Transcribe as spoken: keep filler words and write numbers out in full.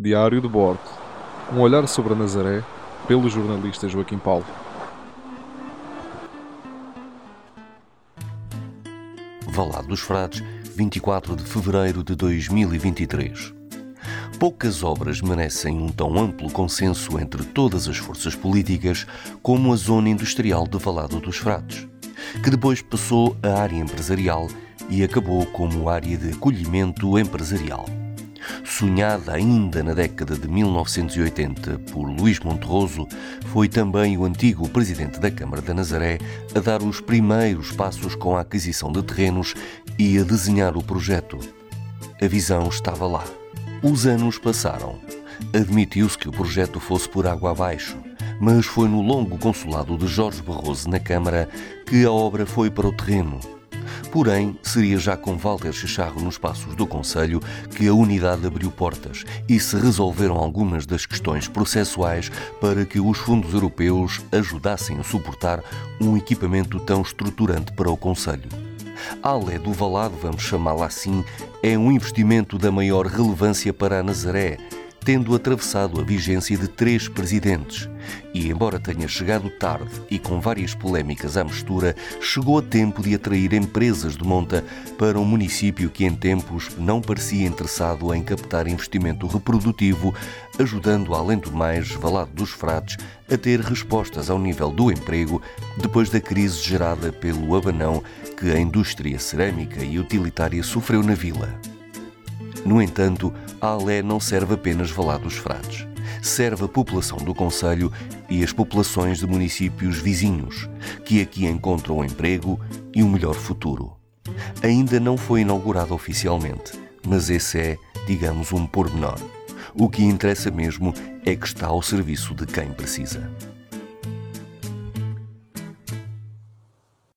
Diário de bordo. Um olhar sobre a Nazaré, pelo jornalista Joaquim Paulo. Valado dos Frades, vinte e quatro de fevereiro de dois mil e vinte e três. Poucas obras merecem um tão amplo consenso entre todas as forças políticas como a zona industrial de Valado dos Frades, que depois passou à área empresarial e acabou como área de acolhimento empresarial. Sonhada ainda na década de mil novecentos e oitenta por Luís Monterroso, foi também o antigo presidente da Câmara da Nazaré a dar os primeiros passos com a aquisição de terrenos e a desenhar o projeto. A visão estava lá. Os anos passaram. Admitiu-se que o projeto fosse por água abaixo, mas foi no longo consulado de Jorge Barroso na Câmara que a obra foi para o terreno. Porém, seria já com Walter Chicharro nos passos do Conselho que a unidade abriu portas e se resolveram algumas das questões processuais para que os fundos europeus ajudassem a suportar um equipamento tão estruturante para o Conselho. A Alé do Valado, vamos chamá-la assim, é um investimento da maior relevância para a Nazaré, tendo atravessado a vigência de três presidentes. E, embora tenha chegado tarde e com várias polémicas à mistura, chegou a tempo de atrair empresas de monta para um município que em tempos não parecia interessado em captar investimento reprodutivo, ajudando, além do mais, Valado dos Frades a ter respostas ao nível do emprego depois da crise gerada pelo abanão que a indústria cerâmica e utilitária sofreu na vila. No entanto, a Alé não serve apenas Valado dos Frades. Serve a população do concelho e as populações de municípios vizinhos, que aqui encontram emprego e um melhor futuro. Ainda não foi inaugurado oficialmente, mas esse é, digamos, um pormenor. O que interessa mesmo é que está ao serviço de quem precisa.